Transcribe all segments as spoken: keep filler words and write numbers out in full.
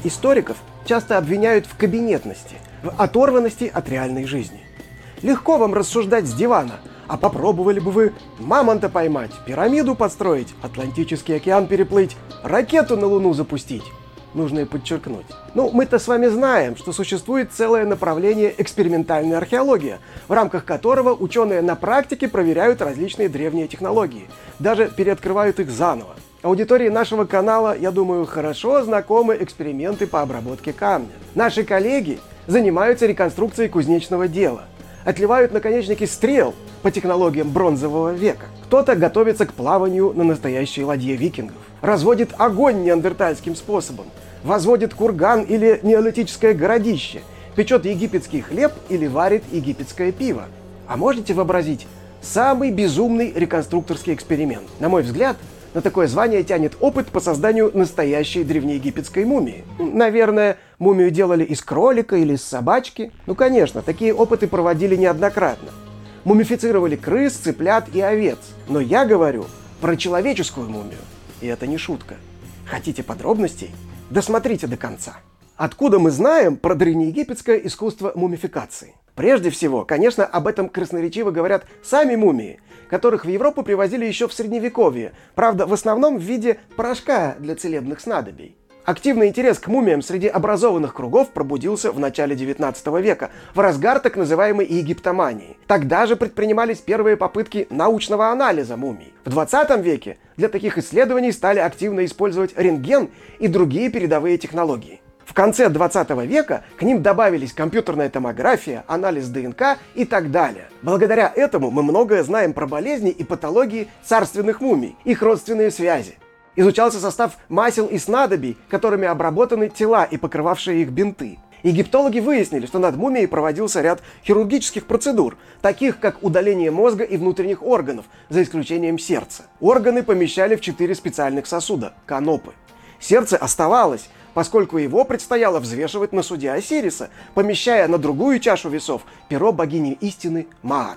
Историков часто обвиняют в кабинетности, в оторванности от реальной жизни. Легко вам рассуждать с дивана, а попробовали бы вы мамонта поймать, пирамиду построить, Атлантический океан переплыть, ракету на Луну запустить? Нужно и подчеркнуть. Ну, мы-то с вами знаем, что существует целое направление экспериментальная археология, в рамках которого ученые на практике проверяют различные древние технологии, даже переоткрывают их заново. Аудитории нашего канала, я думаю, хорошо знакомы эксперименты по обработке камня. Наши коллеги занимаются реконструкцией кузнечного дела, отливают наконечники стрел по технологиям бронзового века. Кто-то готовится к плаванию на настоящей ладье викингов, разводит огонь неандертальским способом, возводит курган или неолитическое городище, печет египетский хлеб или варит египетское пиво. А можете вообразить самый безумный реконструкторский эксперимент? На мой взгляд, на такое звание тянет опыт по созданию настоящей древнеегипетской мумии. Наверное, мумию делали из кролика или из собачки. Ну, конечно, такие опыты проводили неоднократно. Мумифицировали крыс, цыплят и овец. Но я говорю про человеческую мумию. И это не шутка. Хотите подробностей? Досмотрите до конца. Откуда мы знаем про древнеегипетское искусство мумификации? Прежде всего, конечно, об этом красноречиво говорят сами мумии, которых в Европу привозили еще в Средневековье, правда, в основном в виде порошка для целебных снадобий. Активный интерес к мумиям среди образованных кругов пробудился в начале девятнадцатого века, в разгар так называемой египтомании. Тогда же предпринимались первые попытки научного анализа мумий. В двадцатом веке для таких исследований стали активно использовать рентген и другие передовые технологии. В конце двадцатого века к ним добавились компьютерная томография, анализ ДНК и так далее. Благодаря этому мы многое знаем про болезни и патологии царственных мумий, их родственные связи. Изучался состав масел и снадобий, которыми обработаны тела и покрывавшие их бинты. Египтологи выяснили, что над мумией проводился ряд хирургических процедур, таких как удаление мозга и внутренних органов, за исключением сердца. Органы помещали в четыре специальных сосуда – канопы. Сердце оставалось, поскольку его предстояло взвешивать на суде Осириса, помещая на другую чашу весов перо богини истины Маат.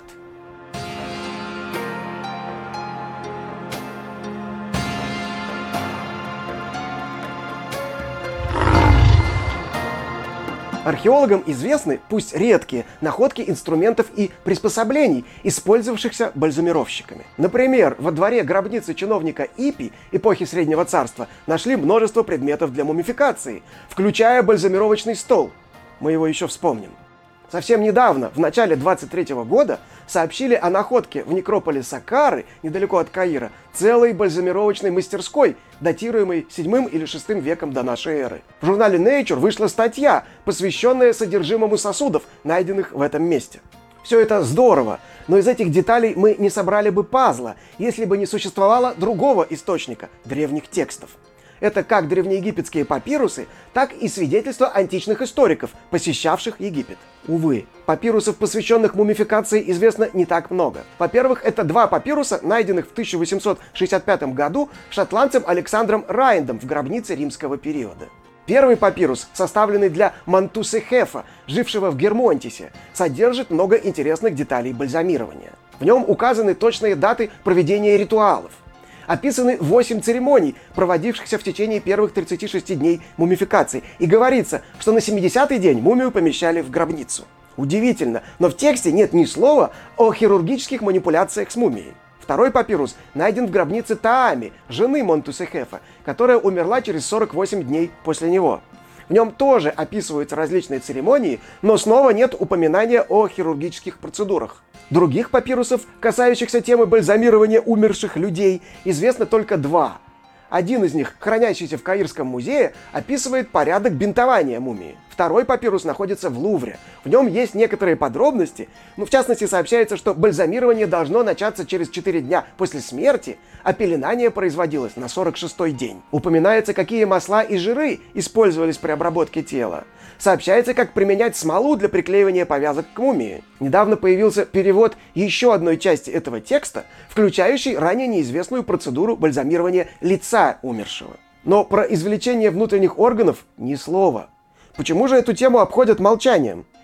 Археологам известны, пусть редкие, находки инструментов и приспособлений, использовавшихся бальзамировщиками. Например, во дворе гробницы чиновника Ипи эпохи Среднего Царства нашли множество предметов для мумификации, включая бальзамировочный стол. Мы его еще вспомним. Совсем недавно, в начале двадцать третьего года, сообщили о находке в некрополе Саккары, недалеко от Каира, целой бальзамировочной мастерской, датируемой седьмым или шестым веком до нашей эры. В журнале Nature вышла статья, посвященная содержимому сосудов, найденных в этом месте. Все это здорово, но из этих деталей мы не собрали бы пазла, если бы не существовало другого источника – древних текстов. Это как древнеегипетские папирусы, так и свидетельства античных историков, посещавших Египет. Увы, папирусов, посвященных мумификации, известно не так много. Во-первых, это два папируса, найденных в тысяча восемьсот шестьдесят пятом году шотландцем Александром Райндом в гробнице римского периода. Первый папирус, составленный для Монтусехефа, жившего в Гермонтисе, содержит много интересных деталей бальзамирования. В нем указаны точные даты проведения ритуалов. Описаны восемь церемоний, проводившихся в течение первых тридцати шести дней мумификации. И говорится, что на семидесятый день мумию помещали в гробницу. Удивительно, но в тексте нет ни слова о хирургических манипуляциях с мумией. Второй папирус найден в гробнице Таами, жены Монтусехефа, которая умерла через сорок восемь дней после него. В нем тоже описываются различные церемонии, но снова нет упоминания о хирургических процедурах. Других папирусов, касающихся темы бальзамирования умерших людей, известно только два. Один из них, хранящийся в Каирском музее, описывает порядок бинтования мумии. Второй папирус находится в Лувре. В нем есть некоторые подробности, но в частности сообщается, что бальзамирование должно начаться через четыре дня после смерти, а пеленание производилось на сорок шестой день. Упоминается, какие масла и жиры использовались при обработке тела. Сообщается, как применять смолу для приклеивания повязок к мумии. Недавно появился перевод еще одной части этого текста, включающий ранее неизвестную процедуру бальзамирования лица умершего. Но про извлечение внутренних органов ни слова. Почему же эту тему обходят молчанием?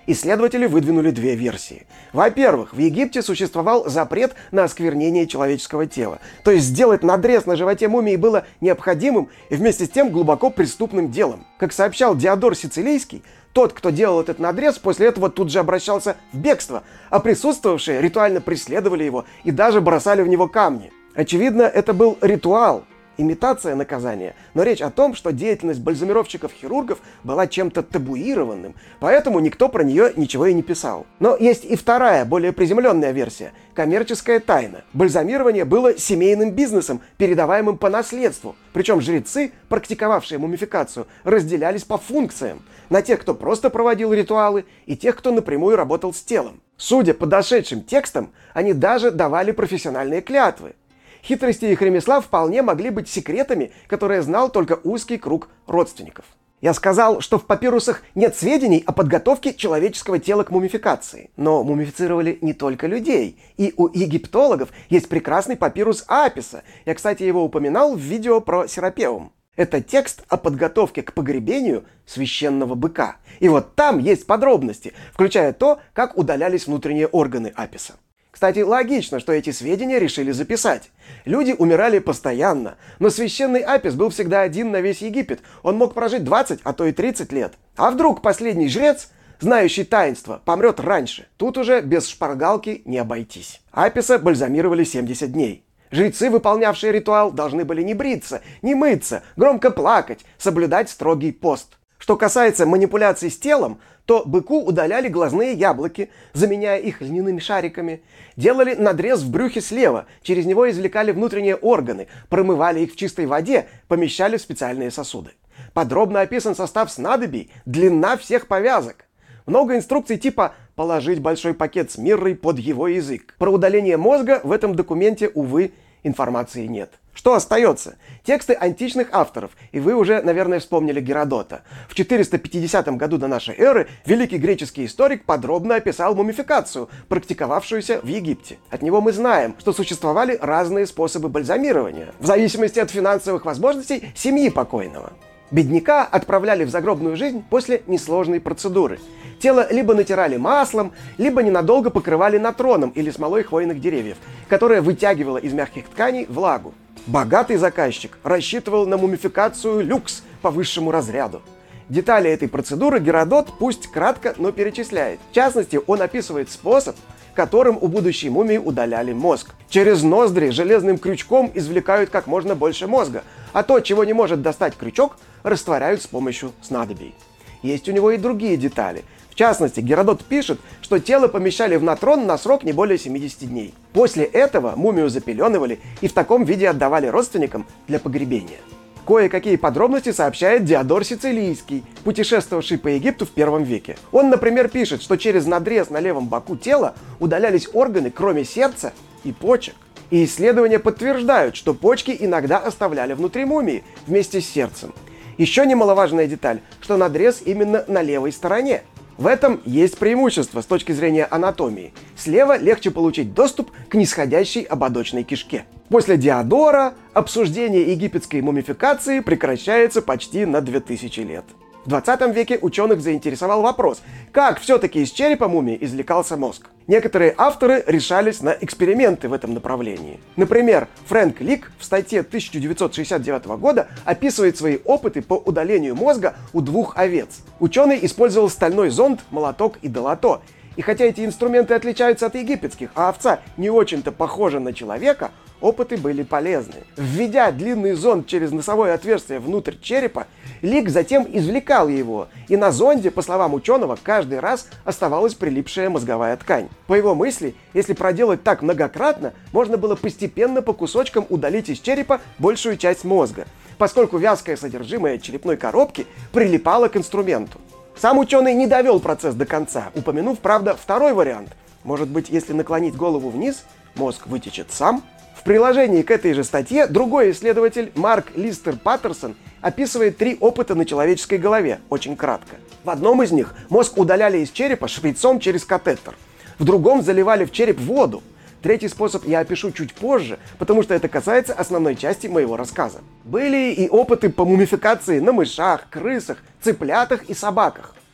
Исследователи выдвинули две версии. Во-первых, в Египте существовал запрет на осквернение человеческого тела. То есть сделать надрез на животе мумии было необходимым и вместе с тем глубоко преступным делом. Как сообщал Диодор Сицилийский, тот, кто делал этот надрез, после этого тут же обращался в бегство, а присутствовавшие ритуально преследовали его и даже бросали в него камни. Очевидно, это был ритуал, имитация наказания, но речь о том, что деятельность бальзамировщиков-хирургов была чем-то табуированным, поэтому никто про нее ничего и не писал. Но есть и вторая, более приземленная версия – коммерческая тайна. Бальзамирование было семейным бизнесом, передаваемым по наследству, причем жрецы, практиковавшие мумификацию, разделялись по функциям на тех, кто просто проводил ритуалы, и тех, кто напрямую работал с телом. Судя по дошедшим текстам, они даже давали профессиональные клятвы. Хитрости их ремесла вполне могли быть секретами, которые знал только узкий круг родственников. Я сказал, что в папирусах нет сведений о подготовке человеческого тела к мумификации. Но мумифицировали не только людей. И у египтологов есть прекрасный папирус Аписа. Я, кстати, его упоминал в видео про Серапеум. Это текст о подготовке к погребению священного быка. И вот там есть подробности, включая то, как удалялись внутренние органы Аписа. Кстати, логично, что эти сведения решили записать. Люди умирали постоянно, но священный Апис был всегда один на весь Египет. Он мог прожить двадцать, а то и тридцать лет. А вдруг последний жрец, знающий таинство, помрет раньше? Тут уже без шпаргалки не обойтись. Аписа бальзамировали семьдесят дней. Жрецы, выполнявшие ритуал, должны были не бриться, не мыться, громко плакать, соблюдать строгий пост. Что касается манипуляций с телом, то быку удаляли глазные яблоки, заменяя их льняными шариками, делали надрез в брюхе слева, через него извлекали внутренние органы, промывали их в чистой воде, помещали в специальные сосуды. Подробно описан состав снадобий, длина всех повязок. Много инструкций типа «положить большой пакет с миррой под его язык». Про удаление мозга в этом документе, увы, информации нет. Что остается? Тексты античных авторов, и вы уже, наверное, вспомнили Геродота. В четыреста пятидесятом году до нашей эры великий греческий историк подробно описал мумификацию, практиковавшуюся в Египте. От него мы знаем, что существовали разные способы бальзамирования, в зависимости от финансовых возможностей семьи покойного. Бедняка отправляли в загробную жизнь после несложной процедуры. Тело либо натирали маслом, либо ненадолго покрывали натроном или смолой хвойных деревьев, которая вытягивала из мягких тканей влагу. Богатый заказчик рассчитывал на мумификацию люкс по высшему разряду. Детали этой процедуры Геродот пусть кратко, но перечисляет. В частности, он описывает способ, которым у будущей мумии удаляли мозг. Через ноздри железным крючком извлекают как можно больше мозга, а то, чего не может достать крючок, растворяют с помощью снадобий. Есть у него и другие детали. В частности, Геродот пишет, что тело помещали в натрон на срок не более семидесяти дней. После этого мумию запеленывали и в таком виде отдавали родственникам для погребения. Кое-какие подробности сообщает Диодор Сицилийский, путешествовавший по Египту в первом веке. Он, например, пишет, что через надрез на левом боку тела удалялись органы, кроме сердца и почек. И исследования подтверждают, что почки иногда оставляли внутри мумии вместе с сердцем. Еще немаловажная деталь, что надрез именно на левой стороне. В этом есть преимущество с точки зрения анатомии. Слева легче получить доступ к нисходящей ободочной кишке. После Диодора обсуждение египетской мумификации прекращается почти на две тысячи лет. В двадцатом веке ученых заинтересовал вопрос, как все-таки из черепа мумии извлекался мозг. Некоторые авторы решались на эксперименты в этом направлении. Например, Фрэнк Лик в статье тысяча девятьсот шестьдесят девятого года описывает свои опыты по удалению мозга у двух овец. Ученый использовал стальной зонд, молоток и долото. И хотя эти инструменты отличаются от египетских, а овца не очень-то похожа на человека, опыты были полезны. Введя длинный зонд через носовое отверстие внутрь черепа, Лик затем извлекал его, и на зонде, по словам ученого, каждый раз оставалась прилипшая мозговая ткань. По его мысли, если проделать так многократно, можно было постепенно по кусочкам удалить из черепа большую часть мозга, поскольку вязкое содержимое черепной коробки прилипало к инструменту. Сам ученый не довел процесс до конца, упомянув, правда, второй вариант. Может быть, если наклонить голову вниз, мозг вытечет сам? В приложении к этой же статье другой исследователь Марк Листер Паттерсон описывает три опыта на человеческой голове, очень кратко. В одном из них мозг удаляли из черепа шприцом через катетер. В другом заливали в череп воду. Третий способ я опишу чуть позже, потому что это касается основной части моего рассказа. Были и опыты по мумификации на мышах, крысах, цыплятах и собаках.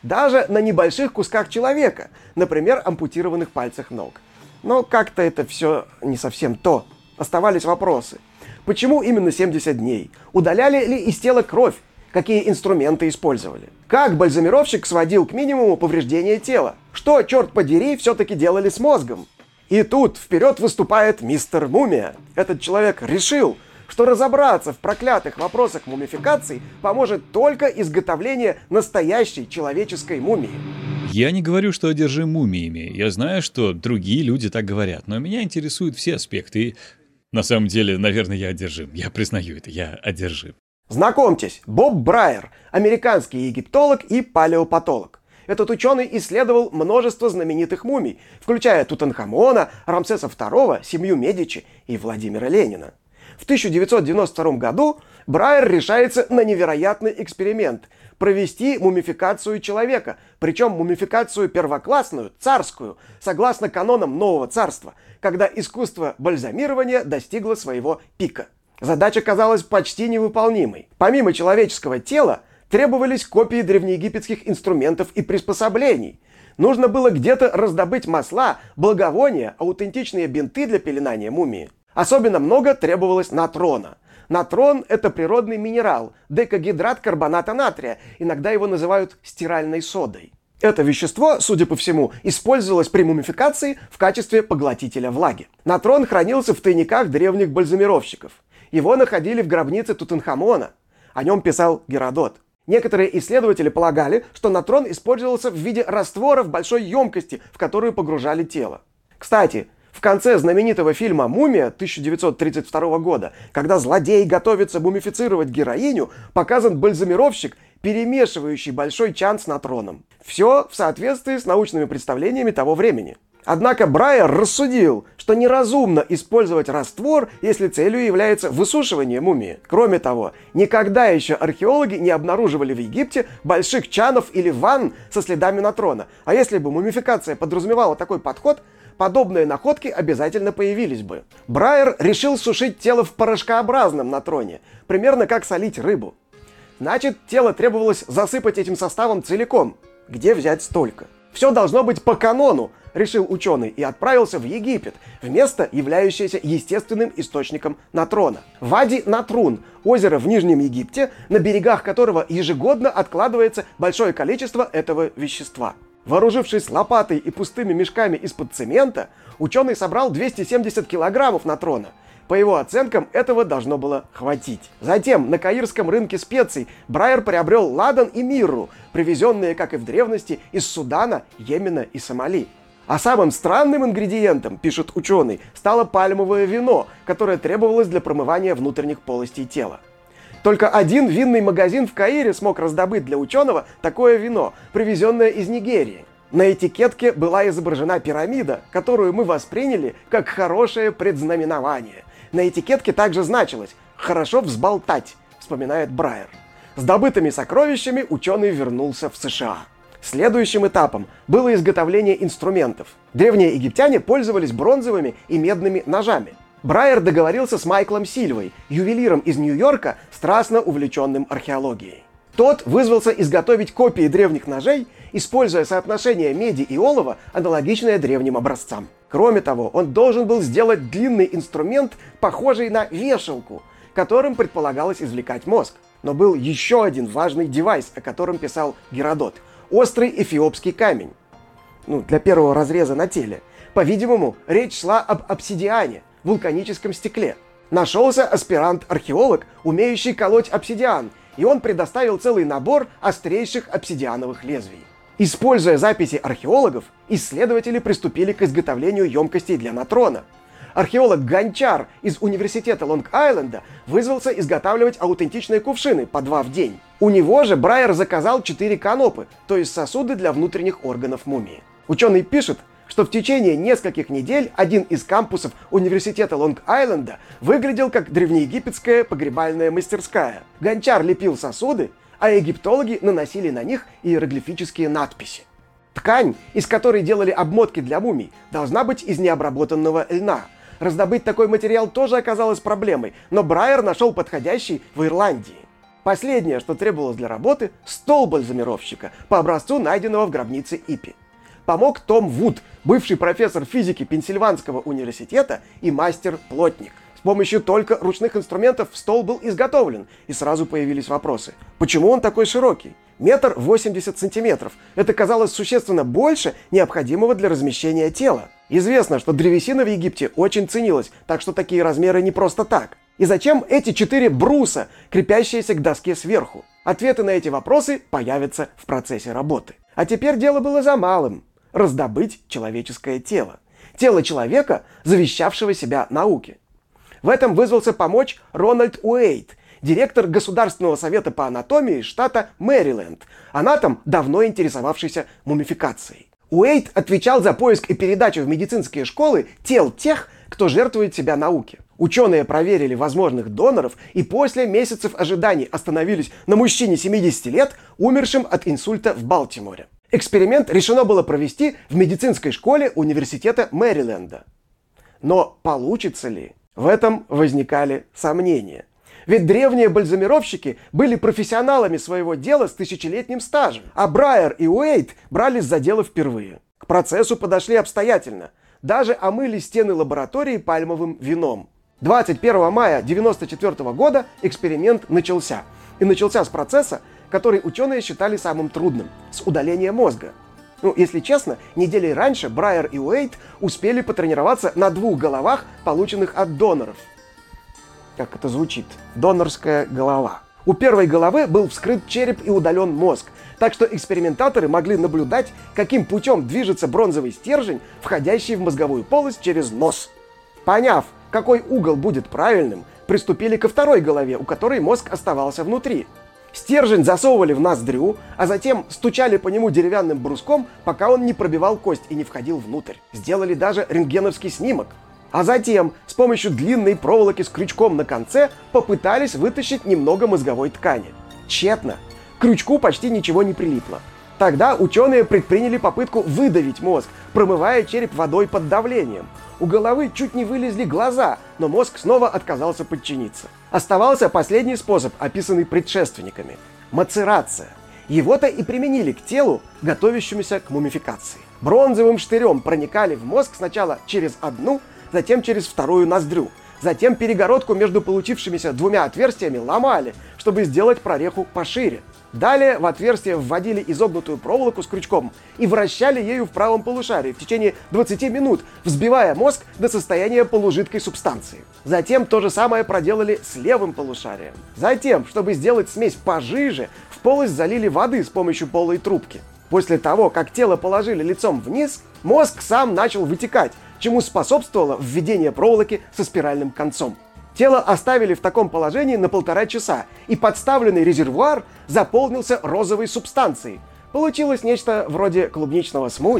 даже на небольших кусках человека, например, ампутированных пальцах ног. Но как-то это все не совсем то. Оставались вопросы. Почему именно семьдесят дней? Удаляли ли из тела кровь? Какие инструменты использовали? Как бальзамировщик сводил к минимуму повреждения тела? Что, черт подери, все-таки делали с мозгом? И тут вперед выступает мистер Мумия. Этот человек решил, что разобраться в проклятых вопросах мумификации поможет только изготовление настоящей человеческой мумии. Я не говорю, что одержим мумиями. Я знаю, что другие люди так говорят, но меня интересуют все аспекты. И на самом деле, наверное, я одержим. Я признаю это, я одержим. Знакомьтесь, Боб Брайер, американский египтолог и палеопатолог. Этот ученый исследовал множество знаменитых мумий, включая Тутанхамона, Рамсеса второго, семью Медичи и Владимира Ленина. В тысяча девятьсот девяносто втором году Брайер решается на невероятный эксперимент – провести мумификацию человека, причем мумификацию первоклассную, царскую, согласно канонам Нового Царства, когда искусство бальзамирования достигло своего пика. Задача казалась почти невыполнимой. Помимо человеческого тела, требовались копии древнеегипетских инструментов и приспособлений. Нужно было где-то раздобыть масла, благовония, аутентичные бинты для пеленания мумии. Особенно много требовалось натрона. Натрон – это природный минерал, декагидрат карбоната натрия, иногда его называют стиральной содой. Это вещество, судя по всему, использовалось при мумификации в качестве поглотителя влаги. Натрон хранился в тайниках древних бальзамировщиков. Его находили в гробнице Тутанхамона. О нем писал Геродот. Некоторые исследователи полагали, что натрон использовался в виде раствора в большой емкости, в которую погружали тело. Кстати, в конце знаменитого фильма «Мумия» тысяча девятьсот тридцать второго года, когда злодей готовится мумифицировать героиню, показан бальзамировщик, перемешивающий большой чан с натроном. Все в соответствии с научными представлениями того времени. Однако Брайер рассудил, что неразумно использовать раствор, если целью является высушивание мумии. Кроме того, никогда еще археологи не обнаруживали в Египте больших чанов или ванн со следами натрона. А если бы мумификация подразумевала такой подход, подобные находки обязательно появились бы. Брайер решил сушить тело в порошкообразном натроне, примерно как солить рыбу. Значит, тело требовалось засыпать этим составом целиком. Где взять столько? Все должно быть по канону, решил ученый и отправился в Египет, в место, являющееся естественным источником натрона. Вади-Натрун – озеро в Нижнем Египте, на берегах которого ежегодно откладывается большое количество этого вещества. Вооружившись лопатой и пустыми мешками из-под цемента, ученый собрал двести семьдесят килограммов натрона. По его оценкам, этого должно было хватить. Затем на каирском рынке специй Брайер приобрел ладан и мирру, привезенные, как и в древности, из Судана, Йемена и Сомали. А самым странным ингредиентом, пишет ученый, стало пальмовое вино, которое требовалось для промывания внутренних полостей тела. Только один винный магазин в Каире смог раздобыть для ученого такое вино, привезенное из Нигерии. На этикетке была изображена пирамида, которую мы восприняли как хорошее предзнаменование. На этикетке также значилось «хорошо взболтать», вспоминает Брайер. С добытыми сокровищами ученый вернулся в США. Следующим этапом было изготовление инструментов. Древние египтяне пользовались бронзовыми и медными ножами. Брайер договорился с Майклом Сильвой, ювелиром из Нью-Йорка, страстно увлеченным археологией. Тот вызвался изготовить копии древних ножей, используя соотношение меди и олова, аналогичное древним образцам. Кроме того, он должен был сделать длинный инструмент, похожий на вешалку, которым предполагалось извлекать мозг. Но был еще один важный девайс, о котором писал Геродот – острый эфиопский камень. Ну, для первого разреза на теле. По-видимому, речь шла об обсидиане, вулканическом стекле. Нашелся аспирант-археолог, умеющий колоть обсидиан, и он предоставил целый набор острейших обсидиановых лезвий. Используя записи археологов, исследователи приступили к изготовлению емкостей для натрона. Археолог Гончар из университета Лонг-Айленда вызвался изготавливать аутентичные кувшины по два в день. У него же Брайер заказал четыре канопы, то есть сосуды для внутренних органов мумии. Ученый пишет, что в течение нескольких недель один из кампусов университета Лонг-Айленда выглядел как древнеегипетская погребальная мастерская. Гончар лепил сосуды, а египтологи наносили на них иероглифические надписи. Ткань, из которой делали обмотки для мумий, должна быть из необработанного льна. Раздобыть такой материал тоже оказалось проблемой, но Брайер нашел подходящий в Ирландии. Последнее, что требовалось для работы – стол бальзамировщика по образцу, найденного в гробнице Ипи. Помог Том Вуд, бывший профессор физики Пенсильванского университета и мастер-плотник. С помощью только ручных инструментов стол был изготовлен, и сразу появились вопросы. Почему он такой широкий? Метр восемьдесят сантиметров. Это казалось существенно больше необходимого для размещения тела. Известно, что древесина в Египте очень ценилась, так что такие размеры не просто так. И зачем эти четыре бруса, крепящиеся к доске сверху? Ответы на эти вопросы появятся в процессе работы. А теперь дело было за малым – раздобыть человеческое тело. Тело человека, завещавшего себя науке. В этом вызвался помочь Рональд Уэйт, директор Государственного совета по анатомии штата Мэриленд, анатом, давно интересовавшийся мумификацией. Уэйт отвечал за поиск и передачу в медицинские школы тел тех, кто жертвует себя науке. Ученые проверили возможных доноров и после месяцев ожиданий остановились на мужчине семидесяти лет, умершем от инсульта в Балтиморе. Эксперимент решено было провести в медицинской школе университета Мэриленда. Но получится ли? В этом возникали сомнения. Ведь древние бальзамировщики были профессионалами своего дела с тысячелетним стажем, а Брайер и Уэйт брались за дело впервые. К процессу подошли обстоятельно. Даже омыли стены лаборатории пальмовым вином. двадцать первого мая тысяча девятьсот девяносто четвёртого года эксперимент начался. И начался с процесса, который ученые считали самым трудным – с удаления мозга. Ну, если честно, неделей раньше Брайер и Уэйт успели потренироваться на двух головах, полученных от доноров. Как это звучит? Донорская голова. У первой головы был вскрыт череп и удален мозг, так что экспериментаторы могли наблюдать, каким путем движется бронзовый стержень, входящий в мозговую полость через нос. Поняв, какой угол будет правильным, приступили ко второй голове, у которой мозг оставался внутри. Стержень засовывали в ноздрю, а затем стучали по нему деревянным бруском, пока он не пробивал кость и не входил внутрь. Сделали даже рентгеновский снимок. А затем с помощью длинной проволоки с крючком на конце попытались вытащить немного мозговой ткани. Тщетно. К крючку почти ничего не прилипло. Тогда ученые предприняли попытку выдавить мозг, промывая череп водой под давлением. У головы чуть не вылезли глаза, но мозг снова отказался подчиниться. Оставался последний способ, описанный предшественниками – мацерация. Его-то и применили к телу, готовящемуся к мумификации. Бронзовым штырем проникали в мозг сначала через одну, затем через вторую ноздрю. Затем перегородку между получившимися двумя отверстиями ломали, чтобы сделать прореху пошире. Далее в отверстие вводили изогнутую проволоку с крючком и вращали ею в правом полушарии в течение двадцати минут, взбивая мозг до состояния полужидкой субстанции. Затем то же самое проделали с левым полушарием. Затем, чтобы сделать смесь пожиже, в полость залили воды с помощью полой трубки. После того, как тело положили лицом вниз, мозг сам начал вытекать, чему способствовало введение проволоки со спиральным концом. Тело оставили в таком положении на полтора часа, и подставленный резервуар заполнился розовой субстанцией. Получилось нечто вроде клубничного смузи.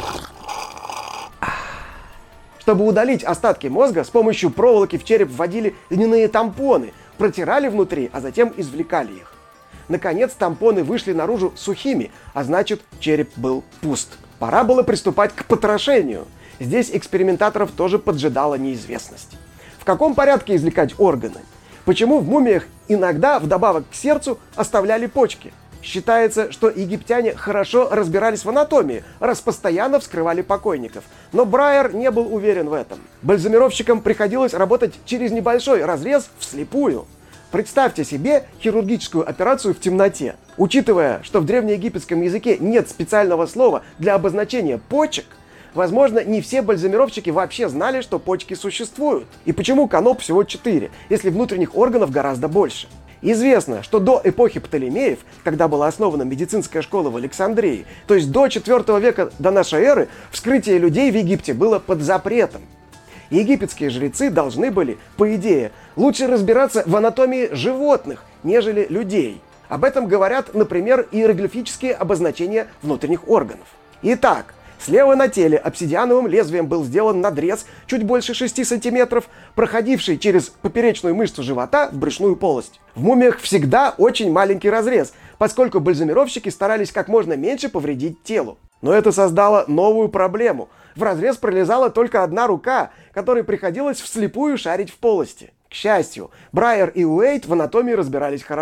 Чтобы удалить остатки мозга, с помощью проволоки в череп вводили льняные тампоны, протирали внутри, а затем извлекали их. Наконец тампоны вышли наружу сухими, а значит, череп был пуст. Пора было приступать к потрошению. Здесь экспериментаторов тоже поджидала неизвестность. В каком порядке извлекать органы? Почему в мумиях иногда вдобавок к сердцу оставляли почки? Считается, что египтяне хорошо разбирались в анатомии, раз постоянно вскрывали покойников. Но Брайер не был уверен в этом. Бальзамировщикам приходилось работать через небольшой разрез вслепую. Представьте себе хирургическую операцию в темноте. Учитывая, что в древнеегипетском языке нет специального слова для обозначения почек, возможно, не все бальзамировщики вообще знали, что почки существуют. И почему каноп всего четыре, если внутренних органов гораздо больше? Известно, что до эпохи Птолемеев, когда была основана медицинская школа в Александрии, то есть до четвёртого века до нашей эры, вскрытие людей в Египте было под запретом. Египетские жрецы должны были, по идее, лучше разбираться в анатомии животных, нежели людей. Об этом говорят, например, иероглифические обозначения внутренних органов. Итак, слева на теле обсидиановым лезвием был сделан надрез чуть больше шести сантиметров, проходивший через поперечную мышцу живота в брюшную полость. В мумиях всегда очень маленький разрез, поскольку бальзамировщики старались как можно меньше повредить телу. Но это создало новую проблему. В разрез пролезала только одна рука, которой приходилось вслепую шарить в полости. К счастью, Брайер и Уэйт в анатомии разбирались хорошо.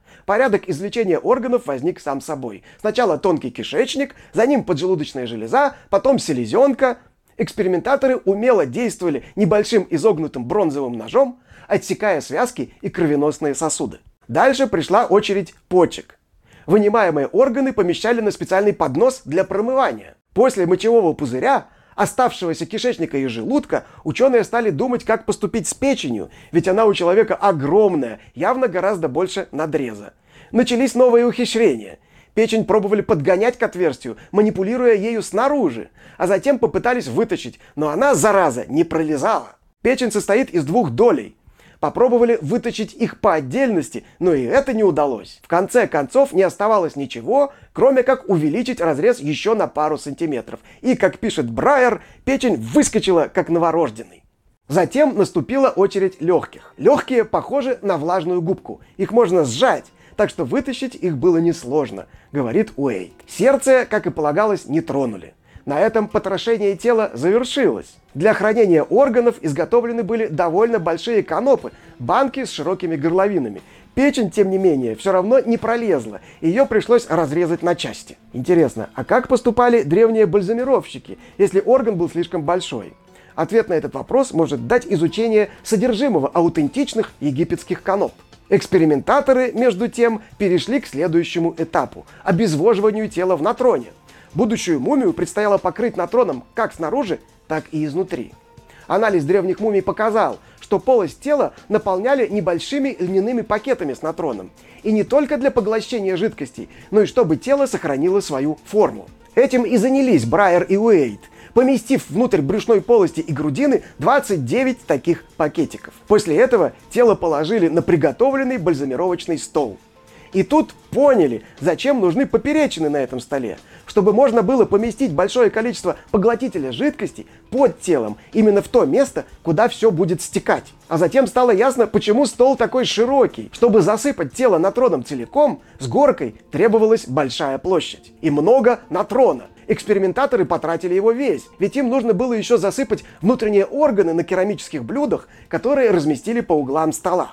Порядок извлечения органов возник сам собой. Сначала тонкий кишечник, за ним поджелудочная железа, потом селезенка. Экспериментаторы умело действовали небольшим изогнутым бронзовым ножом, отсекая связки и кровеносные сосуды. Дальше пришла очередь почек. Вынимаемые органы помещали на специальный поднос для промывания. После мочевого пузыря, оставшегося кишечника и желудка, ученые стали думать, как поступить с печенью, ведь она у человека огромная, явно гораздо больше надреза. Начались новые ухищрения. Печень пробовали подгонять к отверстию, манипулируя ею снаружи, а затем попытались вытащить, но она, зараза, не пролезала. Печень состоит из двух долей. Попробовали вытащить их по отдельности, но и это не удалось. В конце концов не оставалось ничего, кроме как увеличить разрез еще на пару сантиметров. И, как пишет Брайер, печень выскочила как новорожденный. Затем наступила очередь легких. Легкие похожи на влажную губку. Их можно сжать, так что вытащить их было несложно, говорит Уэйт. Сердце, как и полагалось, не тронули. На этом потрошение тела завершилось. Для хранения органов изготовлены были довольно большие канопы, банки с широкими горловинами. Печень, тем не менее, все равно не пролезла, ее пришлось разрезать на части. Интересно, а как поступали древние бальзамировщики, если орган был слишком большой? Ответ на этот вопрос может дать изучение содержимого аутентичных египетских каноп. Экспериментаторы, между тем, перешли к следующему этапу – обезвоживанию тела в натроне. Будущую мумию предстояло покрыть натроном как снаружи, так и изнутри. Анализ древних мумий показал, что полость тела наполняли небольшими льняными пакетами с натроном. И не только для поглощения жидкостей, но и чтобы тело сохранило свою форму. Этим и занялись Брайер и Уэйт, поместив внутрь брюшной полости и грудины двадцать девять таких пакетиков. После этого тело положили на приготовленный бальзамировочный стол. И тут поняли, зачем нужны поперечины на этом столе, чтобы можно было поместить большое количество поглотителя жидкости под телом, именно в то место, куда все будет стекать. А затем стало ясно, почему стол такой широкий. Чтобы засыпать тело натроном целиком, с горкой требовалась большая площадь. И много натрона. Экспериментаторы потратили его весь, ведь им нужно было еще засыпать внутренние органы на керамических блюдах, которые разместили по углам стола.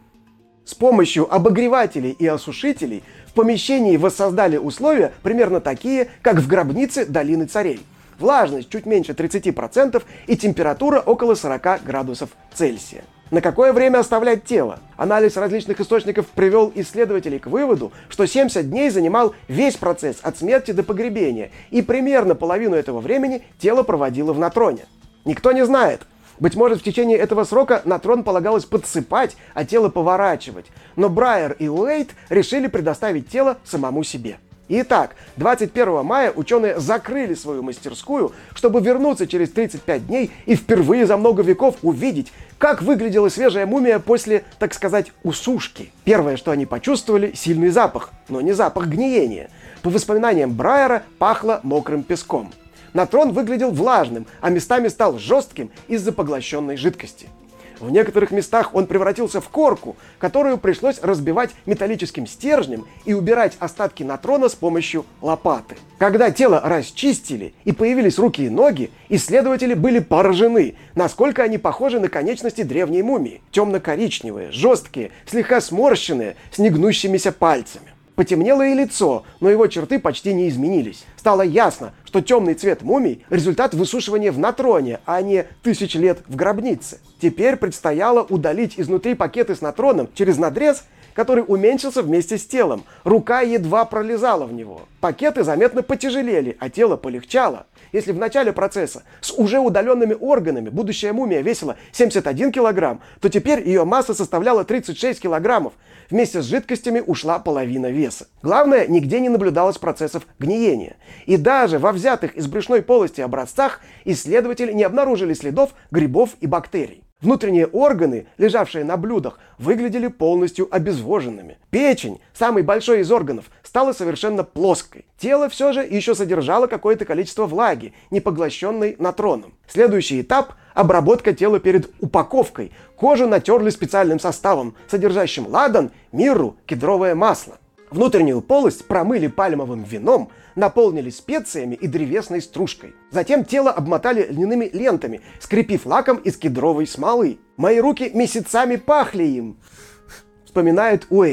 С помощью обогревателей и осушителей в помещении воссоздали условия примерно такие, как в гробнице долины царей. Влажность чуть меньше тридцати процентов и температура около сорока градусов Цельсия. На какое время оставлять тело? Анализ различных источников привел исследователей к выводу, что семьдесят дней занимал весь процесс от смерти до погребения, и примерно половину этого времени тело проводило в натроне. Никто не знает. Быть может, в течение этого срока натрон полагалось подсыпать, а тело поворачивать. Но Брайер и Уэйт решили предоставить тело самому себе. Итак, двадцать первого мая ученые закрыли свою мастерскую, чтобы вернуться через тридцать пять дней и впервые за много веков увидеть, как выглядела свежая мумия после, так сказать, усушки. Первое, что они почувствовали – сильный запах, но не запах гниения. По воспоминаниям Брайера, пахло мокрым песком. Натрон выглядел влажным, а местами стал жестким из-за поглощенной жидкости. В некоторых местах он превратился в корку, которую пришлось разбивать металлическим стержнем и убирать остатки натрона с помощью лопаты. Когда тело расчистили и появились руки и ноги, исследователи были поражены, насколько они похожи на конечности древней мумии. Темно-коричневые, жесткие, слегка сморщенные, с негнущимися пальцами. Потемнело и лицо, но его черты почти не изменились. Стало ясно, что темный цвет мумий – результат высушивания в натроне, а не тысяч лет в гробнице. Теперь предстояло удалить изнутри пакеты с натроном через надрез, который уменьшился вместе с телом. Рука едва пролезала в него. Пакеты заметно потяжелели, а тело полегчало. Если в начале процесса с уже удаленными органами будущая мумия весила семьдесят один килограмм, то теперь ее масса составляла тридцать шесть килограммов. Вместе с жидкостями ушла половина веса. Главное, нигде не наблюдалось процессов гниения. И даже во взятых из брюшной полости образцах исследователи не обнаружили следов грибов и бактерий. Внутренние органы, лежавшие на блюдах, выглядели полностью обезвоженными. Печень, самый большой из органов, стала совершенно плоской. Тело все же еще содержало какое-то количество влаги, не поглощенной натроном. Следующий этап – обработка тела перед упаковкой. Кожу натерли специальным составом, содержащим ладан, мирру, кедровое масло. Внутреннюю полость промыли пальмовым вином, наполнили специями и древесной стружкой. Затем тело обмотали льняными лентами, скрепив лаком из кедровой смолы. «Мои руки месяцами пахли им», — вспоминает Уэйт.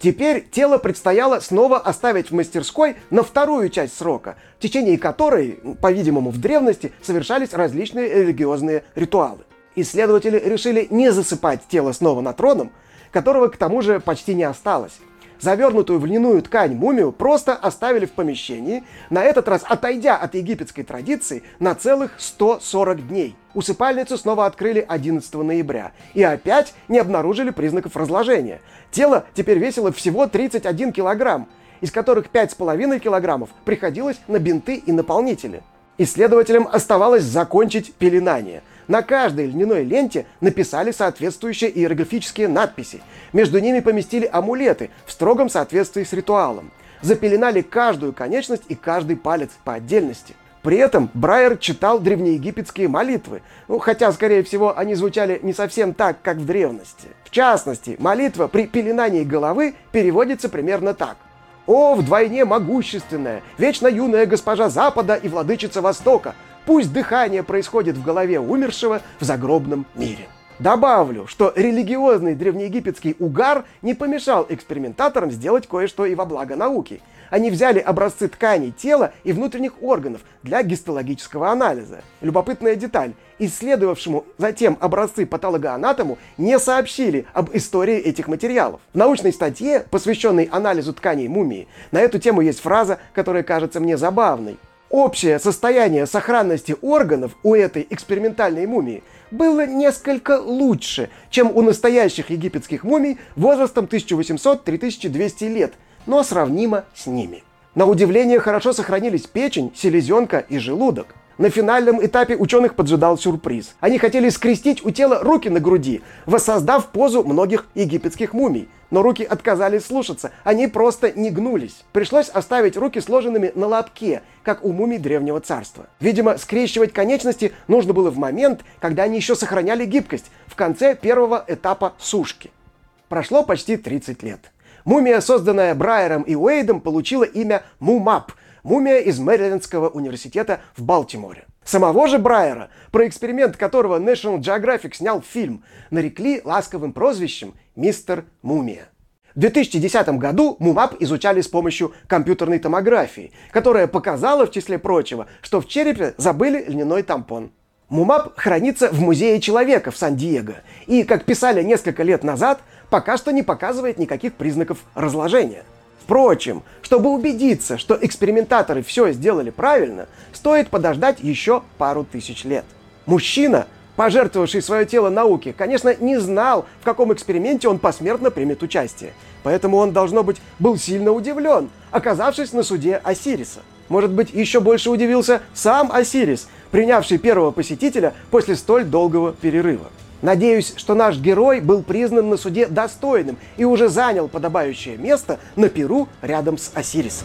Теперь тело предстояло снова оставить в мастерской на вторую часть срока, в течение которой, по-видимому, в древности совершались различные религиозные ритуалы. Исследователи решили не засыпать тело снова на троном, которого к тому же почти не осталось. Завернутую в льняную ткань мумию просто оставили в помещении, на этот раз отойдя от египетской традиции на целых сто сорок дней. Усыпальницу снова открыли одиннадцатого ноября и опять не обнаружили признаков разложения. Тело теперь весило всего тридцать один килограмм, из которых пять с половиной килограммов приходилось на бинты и наполнители. Исследователям оставалось закончить пеленание. На каждой льняной ленте написали соответствующие иероглифические надписи. Между ними поместили амулеты в строгом соответствии с ритуалом. Запеленали каждую конечность и каждый палец по отдельности. При этом Брайер читал древнеегипетские молитвы, ну, хотя, скорее всего, они звучали не совсем так, как в древности. В частности, молитва при пеленании головы переводится примерно так. «О, вдвойне могущественная, вечно юная госпожа Запада и владычица Востока! Пусть дыхание происходит в голове умершего в загробном мире». Добавлю, что религиозный древнеегипетский угар не помешал экспериментаторам сделать кое-что и во благо науки. Они взяли образцы тканей тела и внутренних органов для гистологического анализа. Любопытная деталь. Исследовавшему затем образцы патологоанатому не сообщили об истории этих материалов. В научной статье, посвященной анализу тканей мумии, на эту тему есть фраза, которая кажется мне забавной. Общее состояние сохранности органов у этой экспериментальной мумии было несколько лучше, чем у настоящих египетских мумий возрастом тысяча восемьсот — три тысячи двести лет, но сравнимо с ними. На удивление хорошо сохранились печень, селезенка и желудок. На финальном этапе ученых поджидал сюрприз. Они хотели скрестить у тела руки на груди, воссоздав позу многих египетских мумий. Но руки отказались слушаться, они просто не гнулись. Пришлось оставить руки сложенными на лобке, как у мумий Древнего Царства. Видимо, скрещивать конечности нужно было в момент, когда они еще сохраняли гибкость, в конце первого этапа сушки. Прошло почти тридцать лет. Мумия, созданная Брайером и Уэйдом, получила имя Мумап, мумия из Мэрилендского университета в Балтиморе. Самого же Брайера, про эксперимент которого National Geographic снял фильм, нарекли ласковым прозвищем «Мистер Мумия». В две тысячи десятом году Мумап изучали с помощью компьютерной томографии, которая показала, в числе прочего, что в черепе забыли льняной тампон. Мумап хранится в Музее человека в Сан-Диего и, как писали несколько лет назад, пока что не показывает никаких признаков разложения. Впрочем, чтобы убедиться, что экспериментаторы все сделали правильно, стоит подождать еще пару тысяч лет. Мужчина, пожертвовавший свое тело науке, конечно, не знал, в каком эксперименте он посмертно примет участие. Поэтому он, должно быть, был сильно удивлен, оказавшись на суде Осириса. Может быть, еще больше удивился сам Осирис, принявший первого посетителя после столь долгого перерыва. Надеюсь, что наш герой был признан на суде достойным и уже занял подобающее место на пиру рядом с Осирисом.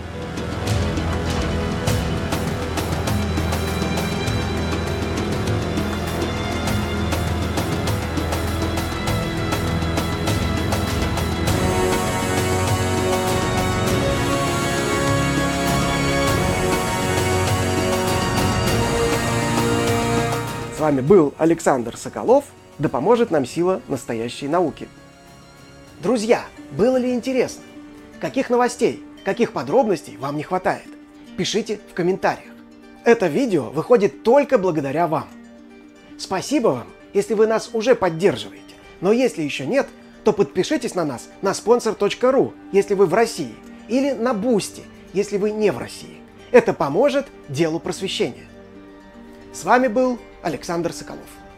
С вами был Александр Соколов. Да поможет нам сила настоящей науки. Друзья, было ли интересно? Каких новостей, каких подробностей вам не хватает? Пишите в комментариях. Это видео выходит только благодаря вам. Спасибо вам, если вы нас уже поддерживаете. Но если еще нет, то подпишитесь на нас на спонсор точка ру, если вы в России, или на Бусти, если вы не в России. Это поможет делу просвещения. С вами был Александр Соколов.